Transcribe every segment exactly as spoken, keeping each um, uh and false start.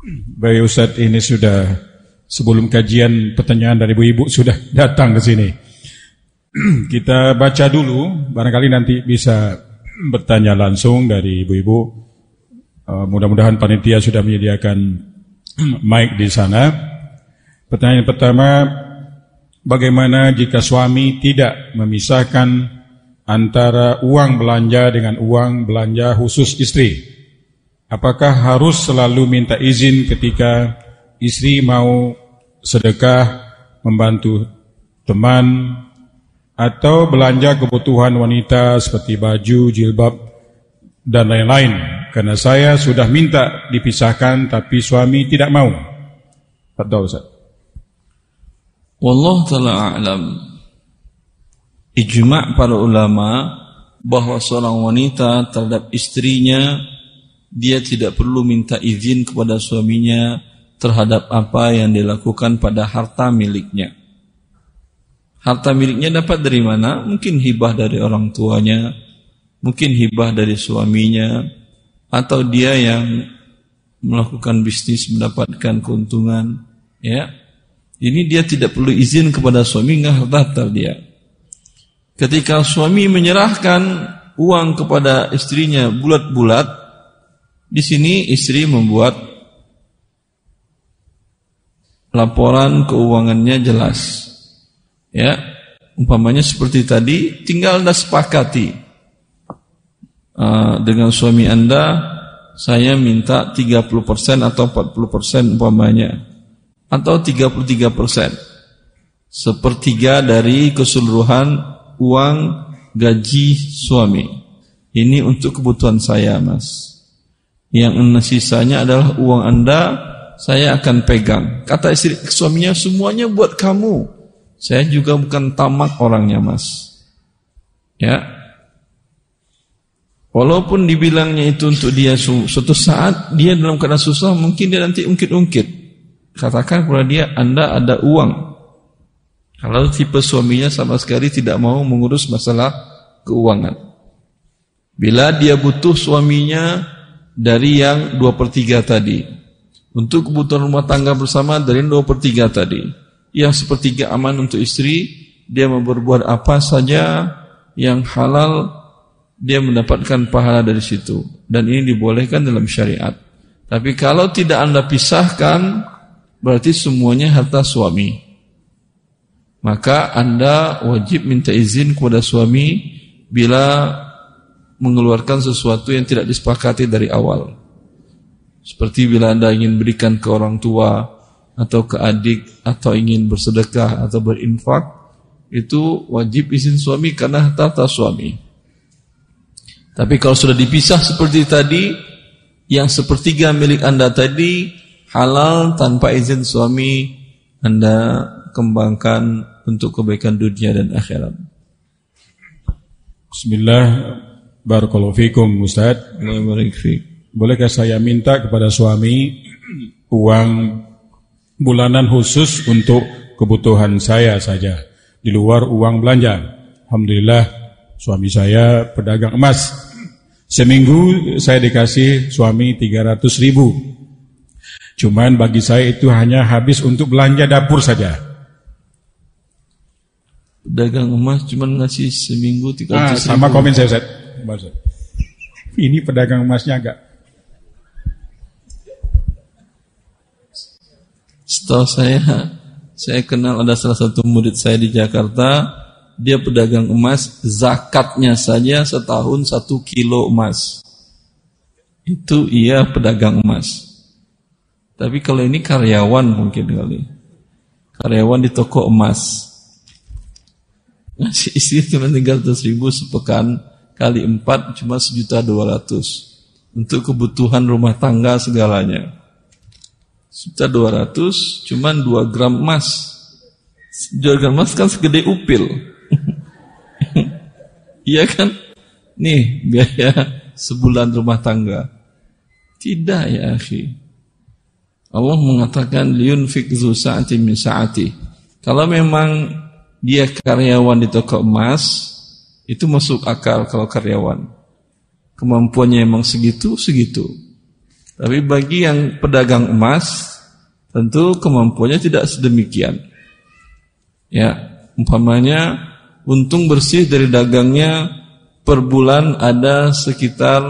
Baik Ustaz, ini sudah sebelum kajian pertanyaan dari ibu-ibu sudah datang ke sini. Kita baca dulu, barangkali nanti bisa bertanya langsung dari ibu-ibu. Uh, mudah-mudahan panitia sudah menyediakan mic di sana. Pertanyaan pertama, bagaimana jika suami tidak memisahkan antara uang belanja dengan uang belanja khusus istri? Apakah harus selalu minta izin ketika istri mau sedekah, membantu teman, atau belanja kebutuhan wanita seperti baju, jilbab, dan lain-lain? Karena saya sudah minta dipisahkan tapi suami tidak mau. Fadhal Ustaz. Wallahu ta'ala a'lam. Ijma' para ulama bahwa seorang wanita terhadap istrinya, dia tidak perlu minta izin kepada suaminya terhadap apa yang dilakukan pada harta miliknya. Harta miliknya dapat dari mana? Mungkin hibah dari orang tuanya, mungkin hibah dari suaminya, atau dia yang melakukan bisnis mendapatkan keuntungan. Ya, ini dia tidak perlu izin kepada suami, nggak harta dia. Ketika suami menyerahkan uang kepada istrinya bulat-bulat, di sini istri membuat laporan keuangannya jelas. Ya, umpamanya seperti tadi, tinggal anda sepakati uh, dengan suami anda, saya minta tiga puluh persen atau empat puluh persen umpamanya, atau tiga puluh tiga persen, sepertiga dari keseluruhan uang gaji suami. Ini untuk kebutuhan saya, mas. Yang sisanya adalah uang anda, saya akan pegang. Kata istri suaminya, semuanya buat kamu. Saya juga bukan tamak orangnya, mas. Ya, walaupun dibilangnya itu untuk dia suatu saat dia dalam keadaan susah, mungkin dia nanti ungkit-ungkit. Katakan kepada dia, anda ada uang. Kalau tipe suaminya sama sekali tidak mau mengurus masalah keuangan. Bila dia butuh suaminya dari yang dua per tiga tadi, untuk kebutuhan rumah tangga bersama dari dua per tiga tadi, yang sepertiga aman untuk istri, dia mau berbuat apa saja yang halal, dia mendapatkan pahala dari situ. Dan ini dibolehkan dalam syariat. Tapi kalau tidak anda pisahkan, berarti semuanya harta suami. Maka anda wajib minta izin kepada suami bila mengeluarkan sesuatu yang tidak disepakati dari awal. Seperti bila anda ingin berikan ke orang tua, atau ke adik, atau ingin bersedekah atau berinfak, itu wajib izin suami karena harta suami. Tapi kalau sudah dipisah seperti tadi, yang sepertiga milik anda tadi halal tanpa izin suami, anda kembangkan untuk kebaikan dunia dan akhirat. Bismillah, barakallahu fikum Ustaz. Bolehkah saya minta kepada suami uang bulanan khusus untuk kebutuhan saya saja, di luar uang belanja? Alhamdulillah, suami saya pedagang emas. Seminggu saya dikasih suami tiga ratus ribu. Cuman bagi saya itu hanya habis untuk belanja dapur saja. Pedagang emas cuman ngasih seminggu tiga ratus ribu. Nah, sama komen saya, Ustaz. Ini pedagang emasnya agak. Setahu saya, saya kenal ada salah satu murid saya di Jakarta, dia pedagang emas, zakatnya saja setahun satu kilo emas. Itu ia pedagang emas. Tapi kalau ini karyawan mungkin kali, karyawan di toko emas, ngasih istri cuma tiga ratus ribu sepekan, kali empat cuma sejuta dua ratus untuk kebutuhan rumah tangga segalanya. Sejuta dua ratus cuman dua gram emas. Dua gram emas kan segede upil. Iya kan? Nih biaya sebulan rumah tangga. Tidak ya akhi. Allah mengatakan liyunfik zu sa'ati min sa'ati. Kalau memang dia karyawan di toko emas, itu masuk akal kalau karyawan. Kemampuannya memang segitu, segitu. Tapi bagi yang pedagang emas, tentu kemampuannya tidak sedemikian. Ya, umpamanya untung bersih dari dagangnya per bulan ada sekitar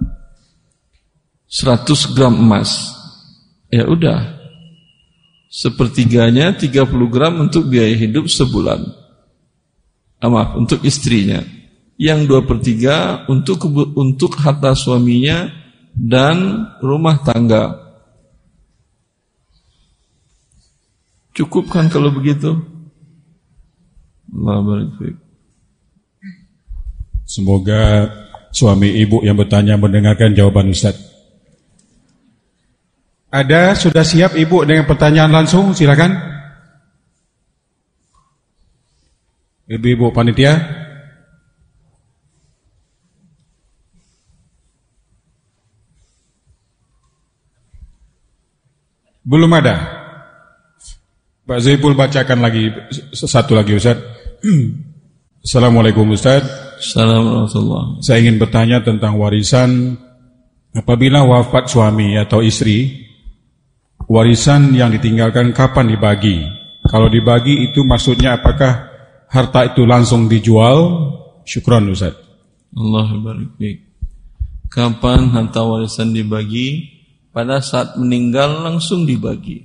seratus gram emas. Ya udah, sepertiganya tiga puluh gram untuk biaya hidup sebulan. Ah, maaf, untuk istrinya. Yang dua per tiga untuk untuk harta suaminya dan rumah tangga. Cukup kan kalau begitu? Allah barik fiik. Semoga suami ibu yang bertanya mendengarkan jawaban Ustaz. Ada sudah siap ibu dengan pertanyaan langsung? Silakan. Ibu-ibu panitia. Belum ada. Pak Zaipul bacakan lagi satu lagi Ustaz. Assalamualaikum Ustaz. Assalamualaikum. Saya ingin bertanya tentang warisan apabila wafat suami atau istri. Warisan yang ditinggalkan kapan dibagi? Kalau dibagi itu maksudnya apakah harta itu langsung dijual? Syukron Ustaz. Allah barik fiik. Kapan harta warisan dibagi? Pada saat meninggal langsung dibagi.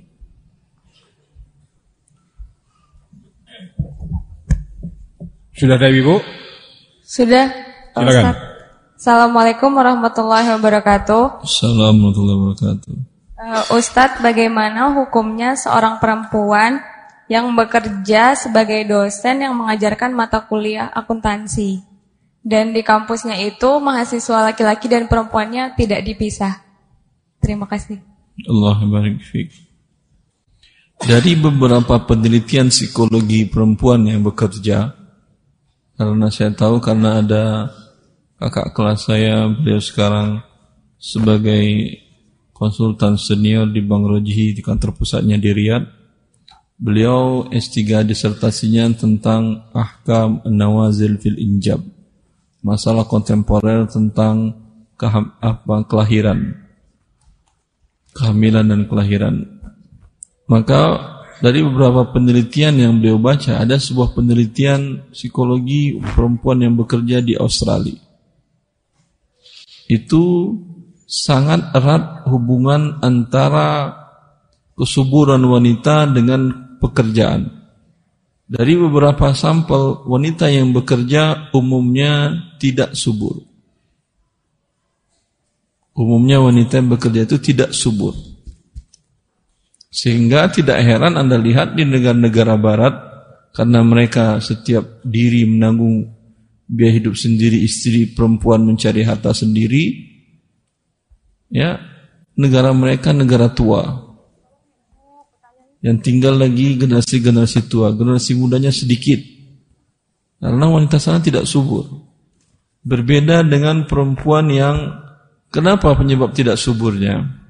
Sudah ada Ibu? Sudah. Silakan. Assalamualaikum warahmatullahi wabarakatuh. Assalamualaikum warahmatullahi wabarakatuh. Uh, Ustadz, bagaimana hukumnya seorang perempuan yang bekerja sebagai dosen yang mengajarkan mata kuliah akuntansi dan di kampusnya itu mahasiswa laki-laki dan perempuannya tidak dipisah? Terima kasih. Allah barik fiik. Dari beberapa penelitian psikologi perempuan yang bekerja, karena saya tahu karena ada kakak kelas saya, beliau sekarang sebagai konsultan senior di Bank Rojihi di kantor pusatnya di Riyadh. Beliau S tiga disertasinya tentang ahkam an-nawazil fil injab, masalah kontemporer tentang keham, apa, kelahiran, kehamilan dan kelahiran. Maka dari beberapa penelitian yang beliau baca, ada sebuah penelitian psikologi perempuan yang bekerja di Australia. Itu sangat erat hubungan antara kesuburan wanita dengan pekerjaan. Dari beberapa sampel wanita yang bekerja umumnya tidak subur. Umumnya wanita yang bekerja itu tidak subur. Sehingga tidak heran Anda lihat di negara-negara barat, karena mereka setiap diri menanggung biaya hidup sendiri, istri perempuan mencari harta sendiri, ya, negara mereka negara tua. Yang tinggal lagi generasi-generasi tua, generasi mudanya sedikit. Karena wanita sana tidak subur. Berbeda dengan perempuan yang, kenapa penyebab tidak suburnya?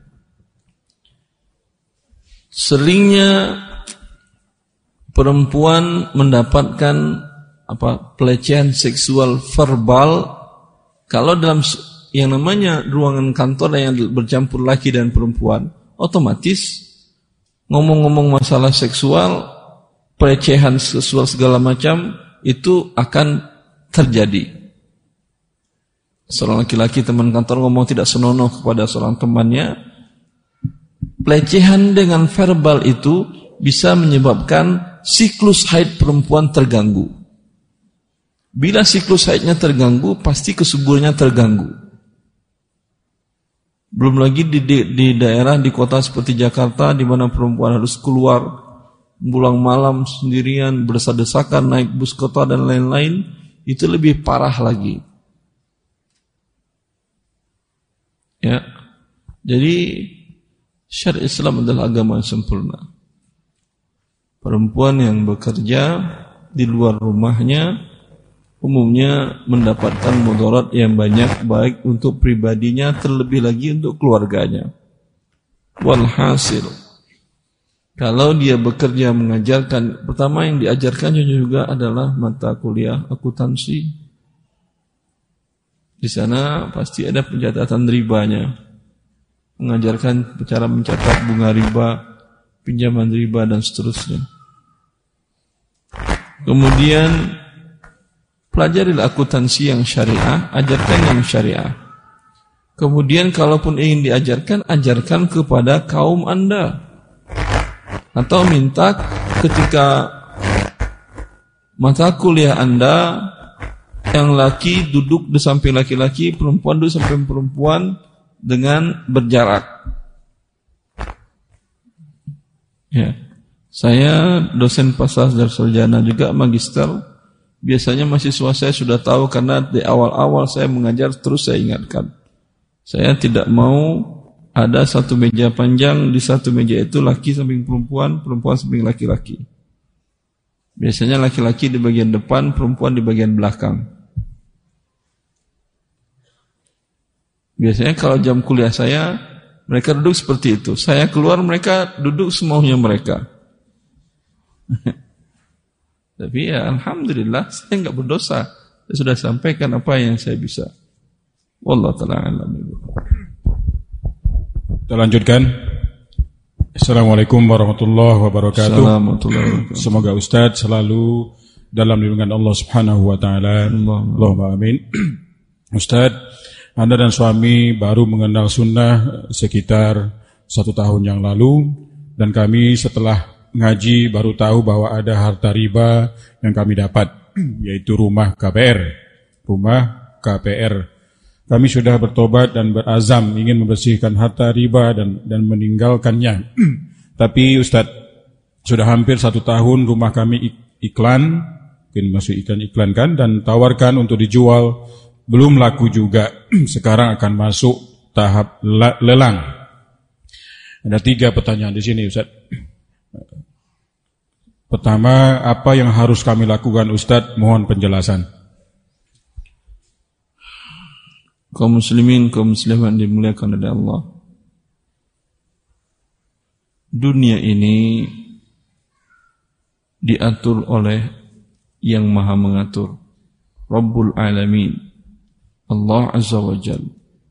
Seringnya perempuan mendapatkan apa pelecehan seksual verbal kalau dalam yang namanya ruangan kantor yang bercampur laki dan perempuan, otomatis ngomong-ngomong masalah seksual, pelecehan seksual segala macam itu akan terjadi. Seorang laki-laki teman kantor ngomong tidak senonoh kepada seorang temannya, pelecehan dengan verbal itu bisa menyebabkan siklus haid perempuan terganggu. Bila siklus haidnya terganggu, pasti kesuburannya terganggu. Belum lagi di, di, di daerah, di kota seperti Jakarta, di mana perempuan harus keluar pulang malam sendirian, berdesak-desakan, naik bus kota dan lain-lain, itu lebih parah lagi. Ya, jadi syariat Islam adalah agama yang sempurna. Perempuan yang bekerja di luar rumahnya umumnya mendapatkan mudarat yang banyak, baik untuk pribadinya terlebih lagi untuk keluarganya. Walhasil, kalau dia bekerja mengajarkan, pertama yang diajarkannya juga adalah mata kuliah akuntansi. Di sana pasti ada pencatatan ribanya. mengajarkan cara mencatat bunga riba, pinjaman riba dan seterusnya. Kemudian pelajarilah akuntansi yang syariah, ajarkan yang syariah. Kemudian kalaupun ingin diajarkan, ajarkan kepada kaum Anda. Atau minta ketika mata kuliah Anda, yang laki duduk di samping laki-laki, perempuan duduk samping perempuan dengan berjarak. Ya. Saya dosen pasar dan sarjana juga magister. Biasanya mahasiswa saya sudah tahu karena di awal-awal saya mengajar terus saya ingatkan. Saya tidak mau ada satu meja panjang, di satu meja itu laki samping perempuan, perempuan samping laki-laki. Biasanya laki-laki di bagian depan, perempuan di bagian belakang. Biasanya kalau jam kuliah saya, mereka duduk seperti itu. Saya keluar, mereka duduk semaunya mereka. Tapi ya alhamdulillah, saya enggak berdosa. Saya sudah sampaikan apa yang saya bisa. Wallahu ta'ala a'lam. Kita lanjutkan. Assalamualaikum warahmatullahi wabarakatuh. Assalamualaikum. Semoga Ustaz selalu dalam lindungan Allah Subhanahu wa taala. Allahumma amin. Ustaz, Anda dan suami baru mengenal sunnah sekitar satu tahun yang lalu, dan kami setelah ngaji baru tahu bahwa ada harta riba yang kami dapat, yaitu rumah K P R. Rumah K P R. Kami sudah bertobat dan berazam ingin membersihkan harta riba dan dan meninggalkannya. Tapi Ustaz, sudah hampir satu tahun rumah kami iklan, mungkin masuk iklan-iklan kan, dan tawarkan untuk dijual, belum laku juga. Sekarang akan masuk tahap lelang. Ada tiga pertanyaan di sini Ustaz. Pertama, apa yang harus kami lakukan Ustaz? Mohon penjelasan. Kaum muslimin, kaum muslimat dimuliakan oleh Allah. Dunia ini diatur oleh yang maha mengatur, Rabbul Alamin, Allah Azza wa Jal.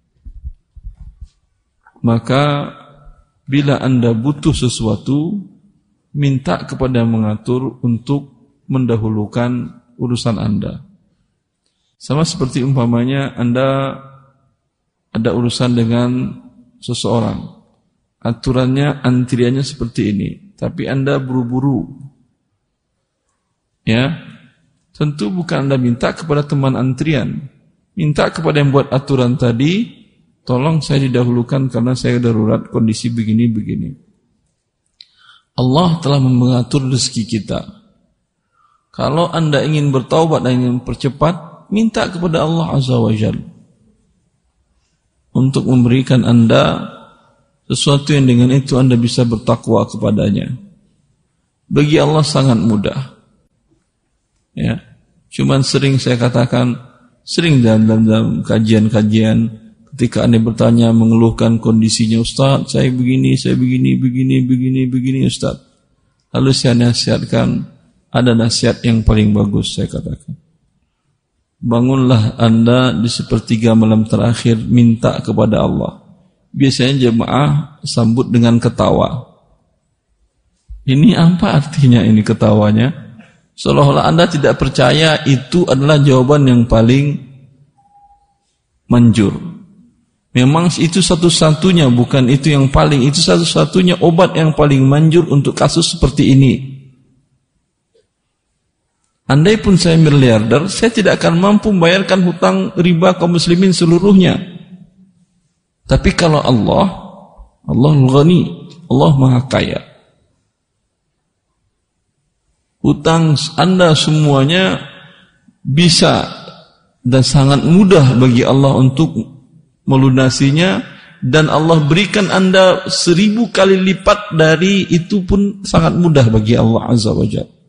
Maka bila Anda butuh sesuatu, minta kepada yang mengatur untuk mendahulukan urusan Anda. Sama seperti umpamanya Anda ada urusan dengan seseorang, aturannya antriannya seperti ini, tapi Anda buru-buru, ya, tentu bukan Anda minta kepada teman antrian, minta kepada yang buat aturan tadi, tolong saya didahulukan karena saya darurat kondisi begini-begini. Allah telah mengatur rezeki kita. Kalau Anda ingin bertaubat dan ingin percepat, minta kepada Allah Azza wa Jalla untuk memberikan Anda sesuatu yang dengan itu Anda bisa bertakwa kepadanya. Bagi Allah sangat mudah. Ya, cuman sering saya katakan, sering dalam, dalam kajian-kajian, ketika Anda bertanya mengeluhkan kondisinya, Ustaz, saya begini, saya begini, begini, begini, begini, Ustaz. Lalu saya nasihatkan, ada nasihat yang paling bagus saya katakan. Bangunlah Anda di sepertiga malam terakhir, minta kepada Allah. Biasanya jemaah sambut dengan ketawa. Ini apa artinya ini ketawanya? Seolah-olah Anda tidak percaya itu adalah jawaban yang paling manjur. Memang itu satu-satunya, bukan itu yang paling, itu satu-satunya obat yang paling manjur untuk kasus seperti ini. Andai pun saya miliarder, saya tidak akan mampu membayarkan hutang riba kaum muslimin seluruhnya. Tapi kalau Allah, Allah Al-Ghani, Allah Maha Kaya. Hutang Anda semuanya bisa dan sangat mudah bagi Allah untuk melunasinya, dan Allah berikan Anda seribu kali lipat dari itu pun sangat mudah bagi Allah Azza wa Jalla.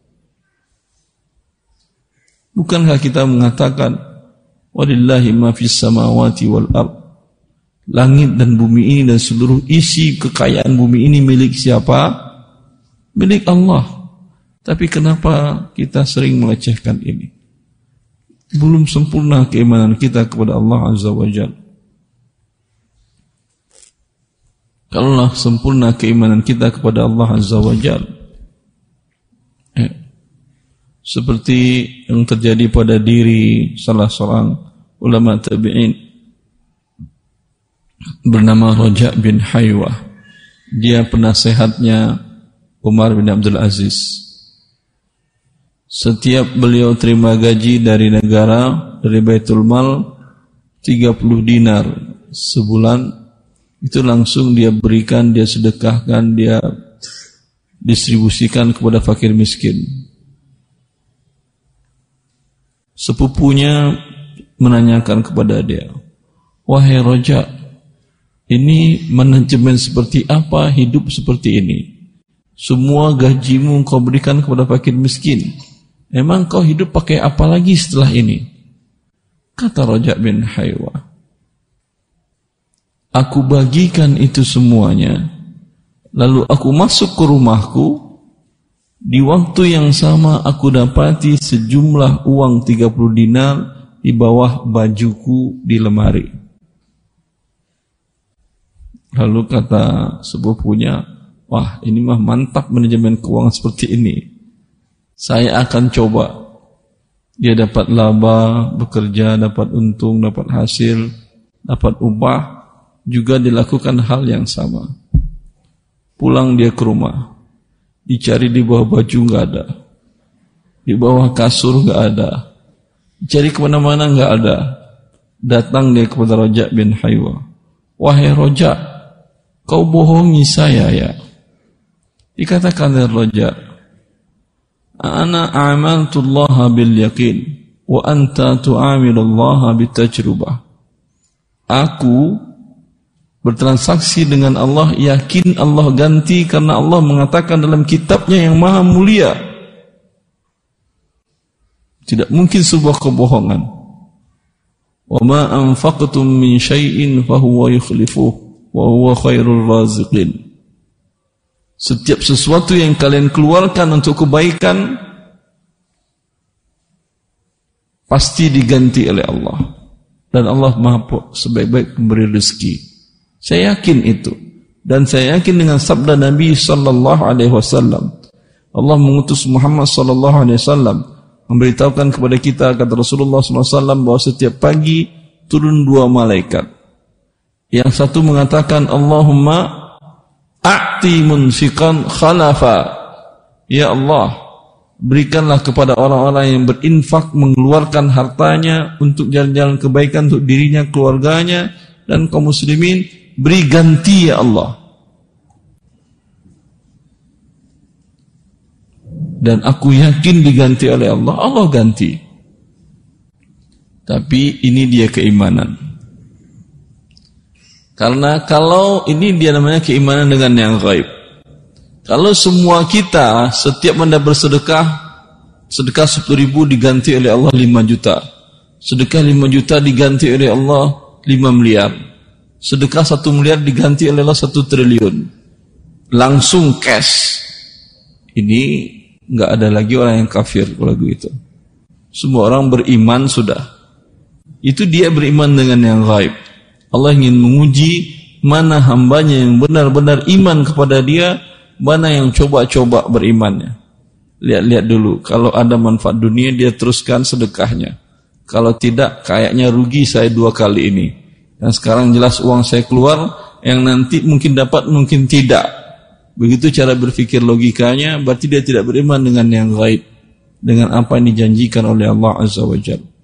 Bukankah kita mengatakan walillahi ma fis samawati wal ard, langit dan bumi ini dan seluruh isi kekayaan bumi ini milik siapa? Milik Allah. Tapi kenapa kita sering melecehkan ini? Belum sempurna keimanan kita kepada Allah Azza wa Jalla. Kalaulah sempurna keimanan kita kepada Allah Azza wa Jalla, eh, seperti yang terjadi pada diri salah seorang ulama tabi'in bernama Raja bin Haywah. Dia penasehatnya Umar bin Abdul Aziz. Setiap beliau terima gaji dari negara, dari Baitul Mal, tiga puluh dinar sebulan, itu langsung dia berikan, dia sedekahkan, dia distribusikan kepada fakir miskin. Sepupunya menanyakan kepada dia, "Wahai Raja, ini manajemen seperti apa hidup seperti ini? Semua gajimu kau berikan kepada fakir miskin. Emang kau hidup pakai apa lagi setelah ini?" Kata Raja bin Haywah, "Aku bagikan itu semuanya, lalu aku masuk ke rumahku, di waktu yang sama aku dapati sejumlah uang tiga puluh dinar di bawah bajuku di lemari." Lalu kata sepupunya, "Wah, ini mah mantap manajemen keuangan seperti ini. Saya akan coba." Dia dapat laba, bekerja, dapat untung, dapat hasil, dapat upah, juga dilakukan hal yang sama. Pulang dia ke rumah, dicari di bawah baju nggak ada, di bawah kasur nggak ada, dicari kemana-mana nggak ada. Datang dia kepada Raja bin Haywah, "Wahai Raja, kau bohongi saya ya." Dikatakan oleh Raja, "Ana amaltullaha bil yaqin wa anta tu'amilullaha bitajrubah." Aku bertransaksi dengan Allah, yakin Allah ganti, karena Allah mengatakan dalam kitabnya yang maha mulia, tidak mungkin sebuah kebohongan. "Wa ma anfaqtum min syai'in fahuwa yukhlifuh wa huwa khairul raziqin." Setiap sesuatu yang kalian keluarkan untuk kebaikan pasti diganti oleh Allah, dan Allah maha sebaik-baik pemberi rezeki. Saya yakin itu, dan saya yakin dengan sabda Nabi sallallahu alaihi wasallam. Allah mengutus Muhammad sallallahu alaihi wasallam memberitahukan kepada kita, kata Rasulullah sallallahu alaihi wasallam, bahwa setiap pagi turun dua malaikat. Yang satu mengatakan, "Allahumma a'ti munfiqan khalafa." Ya Allah, berikanlah kepada orang-orang yang berinfak, mengeluarkan hartanya untuk jalan-jalan kebaikan untuk dirinya, keluarganya, dan kaum muslimin, beri ganti ya Allah. Dan aku yakin diganti oleh Allah, Allah ganti. Tapi ini dia keimanan. Karena kalau ini dia namanya keimanan dengan yang gaib. Kalau semua kita setiap Anda bersedekah, sedekah sepuluh ribu diganti oleh Allah lima juta. Sedekah lima juta diganti oleh Allah lima miliar. Sedekah satu miliar diganti oleh Allah satu triliun. Langsung cash. Ini enggak ada lagi orang yang kafir kalau begitu. Semua orang beriman sudah. Itu dia beriman dengan yang gaib. Allah ingin menguji mana hambanya yang benar-benar iman kepada dia, mana yang coba-coba berimannya. Lihat-lihat dulu, kalau ada manfaat dunia dia teruskan sedekahnya. Kalau tidak, kayaknya rugi saya dua kali ini. Dan sekarang jelas uang saya keluar, yang nanti mungkin dapat, mungkin tidak. Begitu cara berpikir logikanya, berarti dia tidak beriman dengan yang gaib, dengan apa yang dijanjikan oleh Allah Azza wa Jalla.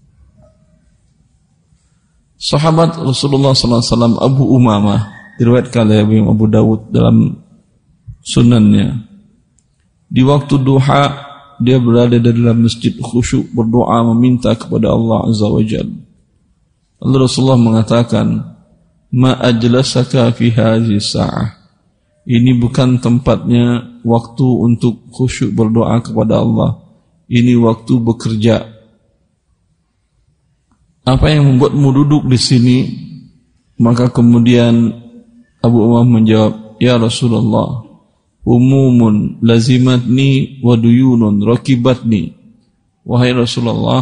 Sahabat Rasulullah sallallahu alaihi wasallam Abu Umamah, diriwayatkan oleh Abu Dawud dalam sunannya, di waktu duha dia berada di dalam masjid khusyuk berdoa meminta kepada Allah Azza wa Jalla. Lalu Rasulullah mengatakan, "Ma ajlasaka fi hadhihi sa'ah." Ini bukan tempatnya waktu untuk khusyuk berdoa kepada Allah. Ini waktu bekerja. Apa yang membuatmu duduk di sini? Maka kemudian Abu Umamah menjawab, "Ya Rasulullah, umumun lazimatni wa duyunun rakibatni." Wahai Rasulullah,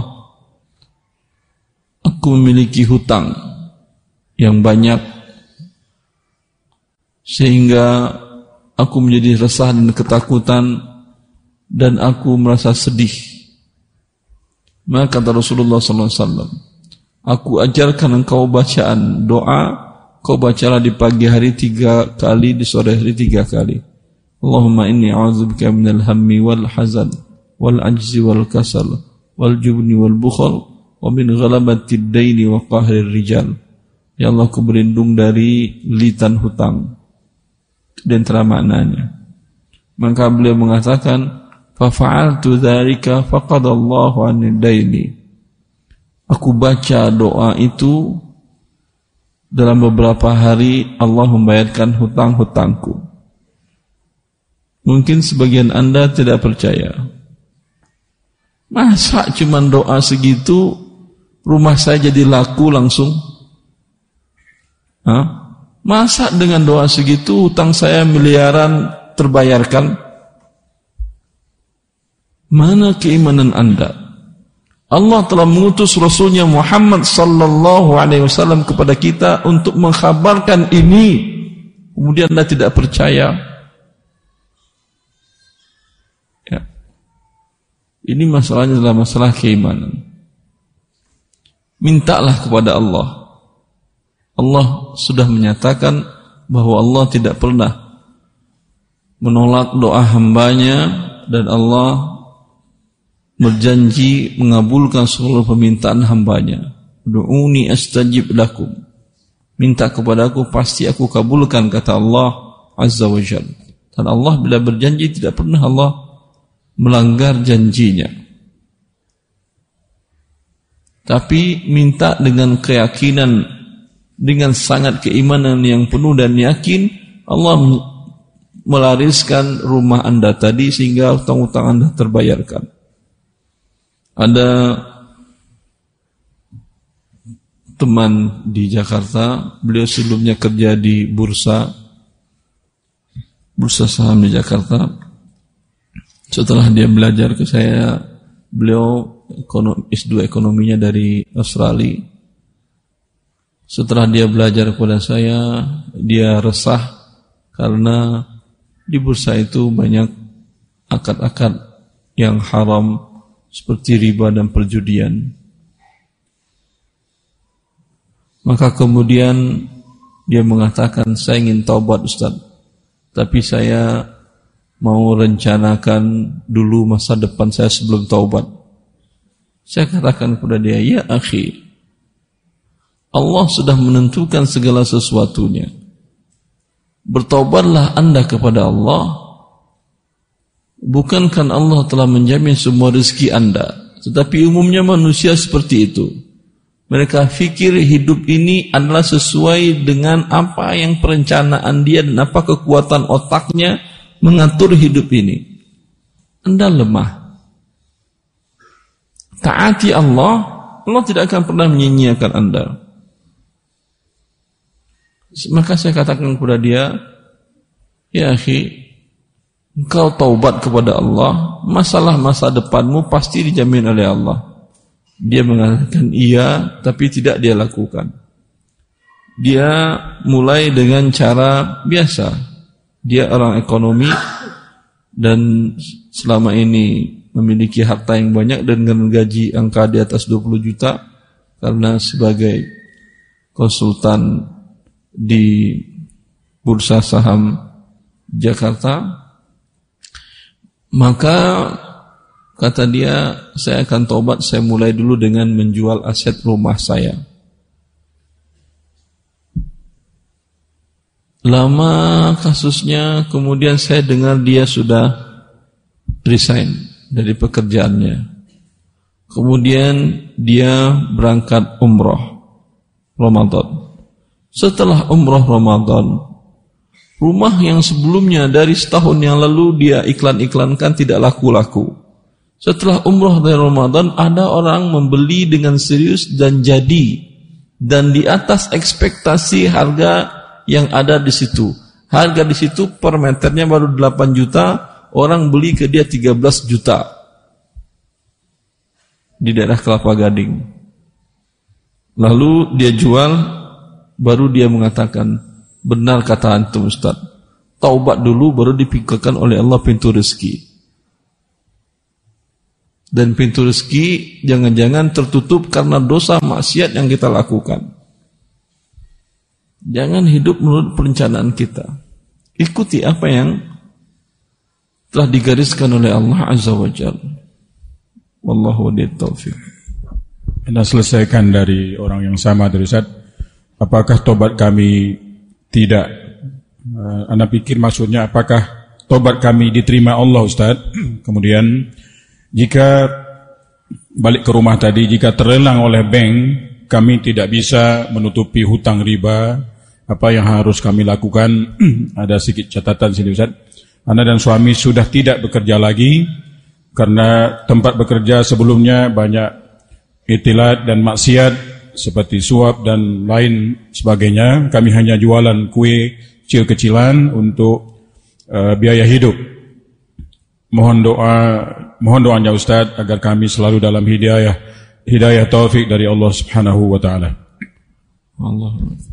aku memiliki hutang yang banyak sehingga aku menjadi resah dan ketakutan dan aku merasa sedih. Maka kata Rasulullah sallallahu alaihi wasallam, aku ajarkan engkau bacaan doa, kau bacalah di pagi hari tiga kali, di sore hari tiga kali. Allahumma inni a'udzubika minal hammi wal hazan wal ajzi wal kasal wal jubni wal bukhal wa min ghalabatid daini wa qahrir rijal. Ya Allah, aku berlindung dari litan hutang. Dan antara maknanya. Maka beliau mengatakan, fa fa'altu dzalika faqadallahu 'anil daini. Aku baca doa itu, dalam beberapa hari Allah membayarkan hutang-hutangku. Mungkin sebagian Anda tidak percaya. Masa cuma doa segitu rumah saya jadi laku langsung? Hah? Masa dengan doa segitu hutang saya miliaran terbayarkan? Mana keimanan Anda? Allah telah mengutus Rasulnya Muhammad sallallahu alaihi wasallam kepada kita untuk mengkhabarkan ini. Kemudian Anda tidak percaya? Ya. Ini masalahnya adalah masalah keimanan. Mintalah kepada Allah. Allah sudah menyatakan bahwa Allah tidak pernah menolak doa hambanya, dan Allah berjanji mengabulkan seluruh permintaan hambanya. Du'uni astajib lakum. Minta kepadaku pasti aku kabulkan, kata Allah Azza wa Jalla. Dan Allah bila berjanji tidak pernah Allah melanggar janjinya. Tapi minta dengan keyakinan, dengan sangat keimanan yang penuh dan yakin, Allah melariskan rumah Anda tadi sehingga hutang-hutang Anda terbayarkan. Ada teman di Jakarta, beliau sebelumnya kerja di bursa bursa saham di Jakarta. Setelah dia belajar ke saya, beliau S dua ekonominya dari Australia. Setelah dia belajar kepada saya, dia resah karena di bursa itu banyak akad-akad yang haram seperti riba dan perjudian. Maka kemudian dia mengatakan, saya ingin taubat Ustaz, tapi saya mau rencanakan dulu masa depan saya sebelum taubat. Saya katakan kepada dia, ya akhi, Allah sudah menentukan segala sesuatunya. Bertaubatlah Anda kepada Allah. Bukankah Allah telah menjamin semua rezeki Anda? Tetapi umumnya manusia seperti itu. Mereka fikir hidup ini adalah sesuai dengan apa yang perencanaan dia dan apa kekuatan otaknya mengatur hidup ini. Anda lemah. Taati Allah, Allah tidak akan pernah menyia-nyiakan Anda. Maka saya katakan kepada dia, ya akhi, engkau taubat kepada Allah, masalah masa depanmu pasti dijamin oleh Allah. Dia mengatakan iya, tapi tidak dia lakukan. Dia mulai dengan cara biasa. Dia orang ekonomi dan selama ini memiliki harta yang banyak dan dengan gaji angka di atas dua puluh juta karena sebagai konsultan di bursa saham Jakarta. Maka kata dia, saya akan tobat, saya mulai dulu dengan menjual aset rumah saya. Lama kasusnya, kemudian saya dengar dia sudah resign dari pekerjaannya. Kemudian dia berangkat umroh Ramadan. Setelah umroh Ramadan, rumah yang sebelumnya dari setahun yang lalu dia iklan-iklankan tidak laku-laku. Setelah umroh dari Ramadan, ada orang membeli dengan serius dan jadi. Dan di atas ekspektasi harga yang ada di situ. Harga di situ per meternya baru delapan juta, orang beli ke dia tiga belas juta. Di daerah Kelapa Gading. Lalu dia jual, baru dia mengatakan, Benar kata antum Ustaz. Taubat dulu baru dipikirkan oleh Allah pintu rezeki. Dan pintu rezeki jangan-jangan tertutup karena dosa maksiat yang kita lakukan. Jangan hidup menurut perencanaan kita. Ikuti apa yang telah digariskan oleh Allah Azza wa Jalla. Wallahu waliyut taufiq. Anda selesaikan dari orang yang sama dari Ustaz. Apakah tobat kami tidak? Uh, Anda pikir maksudnya apakah tobat kami diterima Allah Ustaz? Kemudian jika balik ke rumah tadi, jika terlelang oleh bank, kami tidak bisa menutupi hutang riba, apa yang harus kami lakukan? Ada sedikit catatan sini Ustaz. Anda dan suami sudah tidak bekerja lagi karena tempat bekerja sebelumnya banyak itilat dan maksiat seperti suap dan lain sebagainya. Kami hanya jualan kue kecil-kecilan untuk uh, biaya hidup. Mohon doa, mohon doanya Ustaz agar kami selalu dalam hidayah, hidayah taufik dari Allah Subhanahu wa taala. Allah.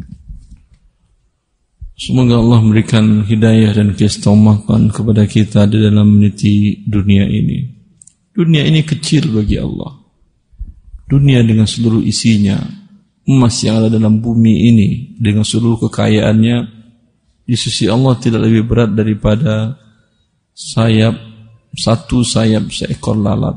Semoga Allah memberikan hidayah dan keistiqomahan kepada kita di dalam meniti dunia ini. Dunia ini kecil bagi Allah. Dunia dengan seluruh isinya, emas yang ada dalam bumi ini dengan seluruh kekayaannya, di sisi Allah tidak lebih berat daripada sayap satu sayap seekor lalat.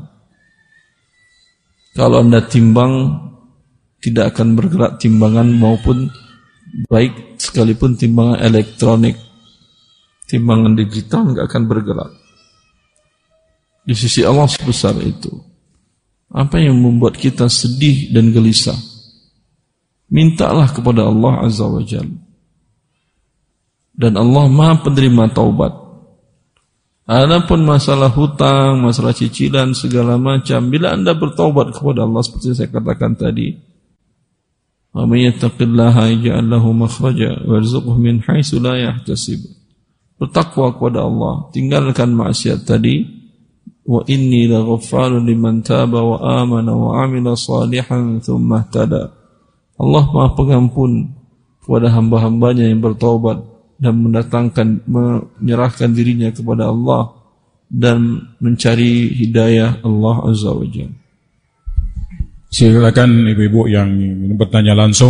Kalau Anda timbang, tidak akan bergerak timbangan maupun baik sekalipun timbangan elektronik, timbangan digital tidak akan bergerak. Di sisi Allah sebesar itu. Apa yang membuat kita sedih dan gelisah? Mintalah kepada Allah Azza wa Jalla. Dan Allah Maha penerima taubat. Adapun masalah hutang, masalah cicilan, segala macam, bila Anda bertaubat kepada Allah seperti saya katakan tadi, wa may yattaqillaha yaj'al lahu makhraja warzuqhu min haitsu la yahtasib. Bertakwa kepada Allah, tinggalkan maksiat tadi. Wa inni laghaffarun liman taba wa amana wa amila salihan thumma ihtada. Allah Maha Pengampun kepada hamba-hambanya yang bertaubat dan mendatangkan menyerahkan dirinya kepada Allah dan mencari hidayah Allah Azza wa Jalla. Silakan ibu-ibu yang ingin bertanya langsung.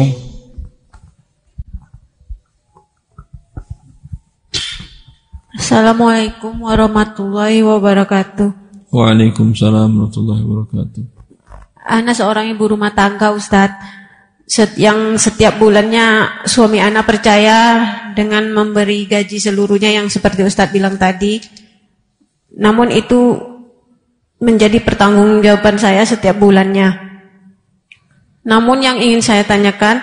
Assalamualaikum warahmatullahi wabarakatuh. Waalaikumsalam warahmatullahi wabarakatuh. Ana seorang ibu rumah tangga Ustadz, Set, yang setiap bulannya suami ana percaya dengan memberi gaji seluruhnya yang seperti Ustadz bilang tadi. Namun itu menjadi pertanggungjawaban saya setiap bulannya. Namun yang ingin saya tanyakan,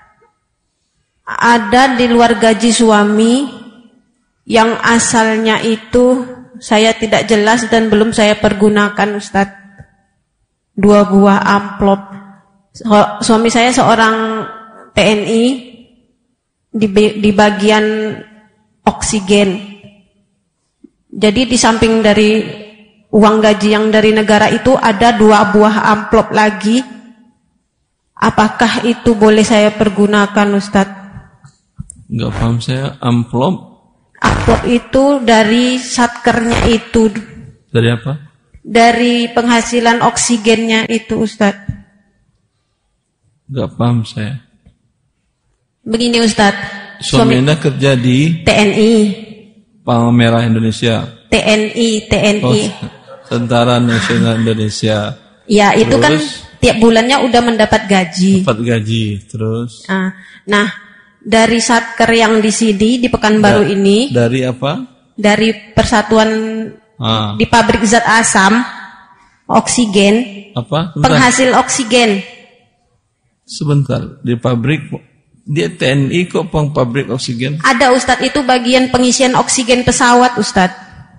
ada di luar gaji suami yang asalnya itu saya tidak jelas dan belum saya pergunakan Ustadz. Dua buah amplop. Suami saya seorang T N I di, di bagian oksigen. Jadi di samping dari uang gaji yang dari negara itu ada dua buah amplop lagi. Apakah itu boleh saya pergunakan Ustadz? Enggak paham saya, amplop. Amplop itu dari satkernya itu. Dari apa? Dari penghasilan oksigennya itu Ustadz. Enggak paham saya. Begini Ustadz. Suami Anda kerja di T N I. Palang Merah Indonesia. T N I, T N I. Oh, Tentara Nasional Indonesia. Ya, itu terus, kan tiap bulannya udah mendapat gaji. Dapat gaji, terus. Nah, nah dari satker yang di sini di Pekanbaru da, ini. Dari apa? Dari persatuan ah. di pabrik zat asam, oksigen. Apa? Bentar. Penghasil oksigen. Sebentar, di pabrik dia T N I kok peng pabrik oksigen? Ada Ustadz, itu bagian pengisian oksigen pesawat Ustadz.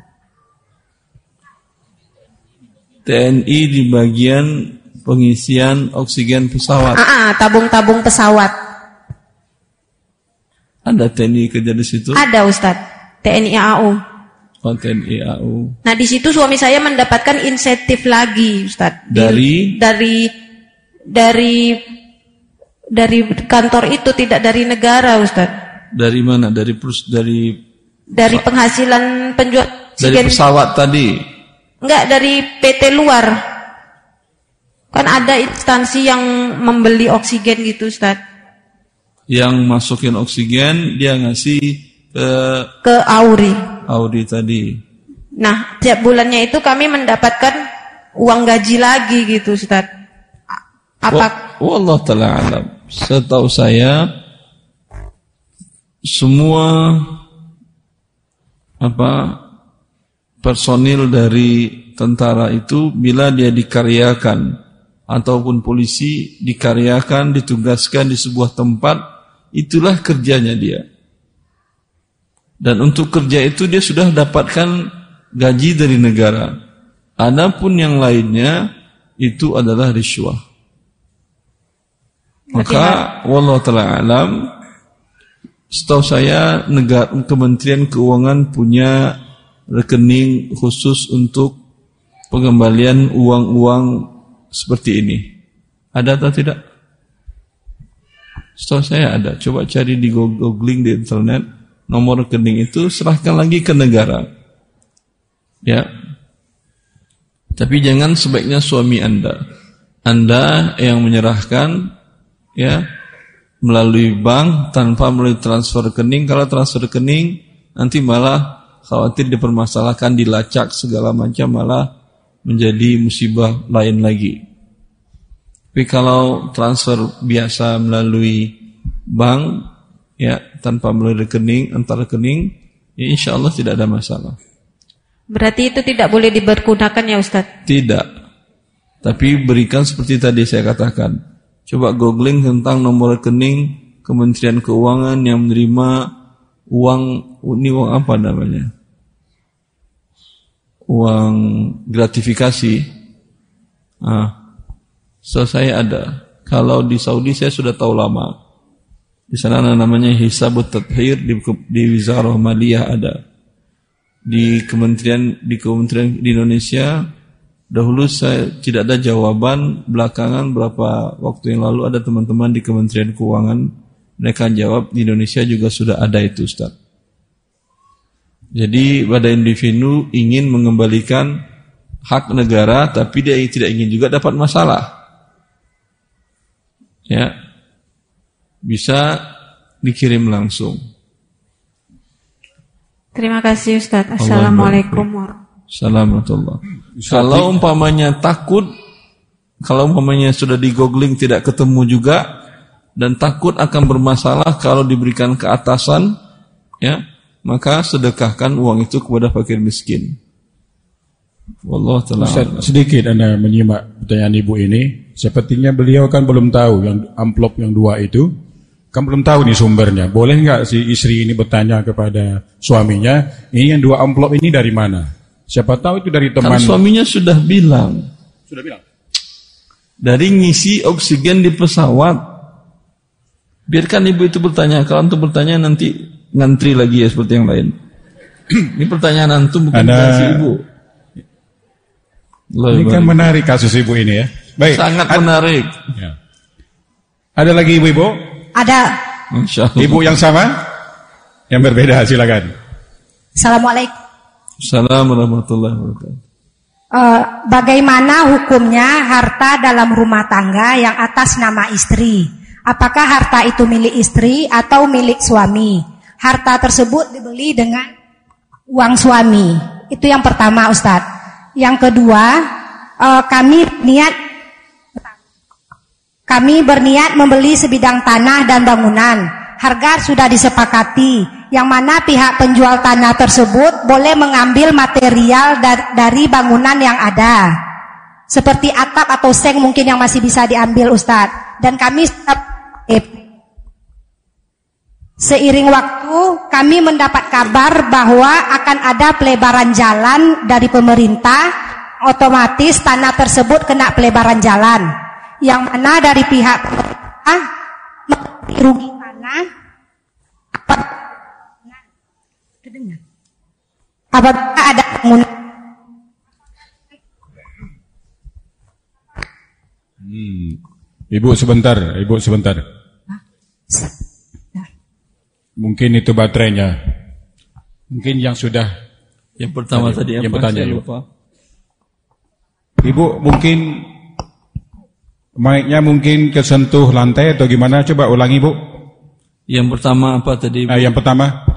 T N I di bagian pengisian oksigen pesawat. Ah, ah, tabung-tabung pesawat. Ada T N I kerja di situ? Ada Ustadz, T N I A U. Oh, T N I A U. Nah di situ suami saya mendapatkan insentif lagi Ustadz. Dari? Dari dari dari kantor itu, tidak dari negara Ustadz. Dari mana? Dari perus, dari Dari penghasilan penjual dari oksigen. pesawat tadi. Enggak, dari P T luar. Kan ada instansi yang membeli oksigen gitu, Ustaz. Yang masukin oksigen dia ngasih ke Ke Auri. Audi tadi. Nah, tiap bulannya itu kami mendapatkan uang gaji lagi gitu, Ustaz. Apa? Wallah ta'ala alam. Setahu saya semua apa personil dari tentara itu bila dia dikaryakan ataupun polisi dikaryakan, ditugaskan di sebuah tempat, itulah kerjanya dia. Dan untuk kerja itu dia sudah dapatkan gaji dari negara. Adapun yang lainnya itu adalah riswah. Maka wallahu ta'ala alam, setahu saya negara, Kementerian Keuangan punya rekening khusus untuk pengembalian uang-uang seperti ini. Ada atau tidak? Setahu saya ada. Coba cari di googling di internet, nomor rekening itu serahkan lagi ke negara. Ya. Tapi jangan sebaiknya suami Anda. Anda yang menyerahkan, ya, melalui bank tanpa melalui transfer rekening. Kalau transfer rekening nanti malah khawatir dipermasalahkan, dilacak segala macam, malah menjadi musibah lain lagi. Tapi kalau transfer biasa melalui bank, ya, tanpa melalui rekening, antar rekening, ya insya Allah tidak ada masalah. Berarti itu tidak boleh dipergunakan ya, Ustaz? Tidak. Tapi berikan seperti tadi saya katakan. Coba googling tentang nomor rekening Kementerian Keuangan yang menerima uang, ini uang apa namanya? Uang gratifikasi. Ah, so saya ada. Kalau di Saudi saya sudah tahu lama. Di sana namanya Hisabut Tadhir, di, di Wizarah Maliyah ada. Di kementerian di kementerian di Indonesia dahulu saya tidak ada jawaban, belakangan berapa waktu yang lalu ada teman-teman di Kementerian Keuangan, mereka jawab di Indonesia juga sudah ada itu, Ustaz. Jadi pada individu ingin mengembalikan hak negara tapi dia tidak ingin juga dapat masalah. Ya. Bisa dikirim langsung. Terima kasih, Ustaz. Assalamualaikum warahmatullahi wabarakatuh. Kalau umpamanya takut, kalau umpamanya sudah di googling tidak ketemu juga, dan takut akan bermasalah kalau diberikan ke atasan, ya, maka sedekahkan uang itu kepada fakir miskin. Wallahu ta'ala. Sedikit Anda menyimak pertanyaan Ibu ini, sepertinya beliau kan belum tahu yang amplop yang dua itu, kan belum tahu nih sumbernya. Boleh nggak si istri ini bertanya kepada suaminya, ini yang dua amplop ini dari mana? Siapa tahu itu dari teman. Kan suaminya sudah bilang. Sudah bilang. Dari ngisi oksigen di pesawat. Biarkan ibu itu bertanya. Kalau antum bertanya nanti ngantri lagi ya seperti yang lain. Ini pertanyaan antum bukan versi ibu. Loh, ini kan menarik kasus ibu ini ya. Baik. Sangat menarik. Ya. Ada lagi ibu-ibu? Ada. Ibu yang sama? Yang berbeda, silakan. Assalamualaikum. Assalamualaikum warahmatullahi wabarakatuh. Uh, bagaimana hukumnya harta dalam rumah tangga yang atas nama istri? Apakah harta itu milik istri atau milik suami? Harta tersebut dibeli dengan uang suami. Itu yang pertama, Ustadz. Yang kedua, uh, kami niat Kami berniat membeli sebidang tanah dan bangunan. Harga sudah disepakati, yang mana pihak penjual tanah tersebut boleh mengambil material dari, dari bangunan yang ada. Seperti atap atau seng mungkin yang masih bisa diambil, Ustadz. Dan kami seiring waktu kami mendapat kabar bahwa akan ada pelebaran jalan dari pemerintah, otomatis tanah tersebut kena pelebaran jalan. Yang mana dari pihak pemerintah memberi rugi tanah apabila ada bangunan. Hmm. Ibu sebentar, ibu sebentar. Hah? Mungkin Mungkin itu baterainya. Mungkin yang sudah. Yang pertama tadi, tadi yang apa? Bertanya, Saya Ibu. lupa. Ibu mungkin mic-nya mungkin kesentuh lantai atau gimana? Coba ulangi, Bu. Yang pertama apa tadi, Bu? Nah, yang pertama.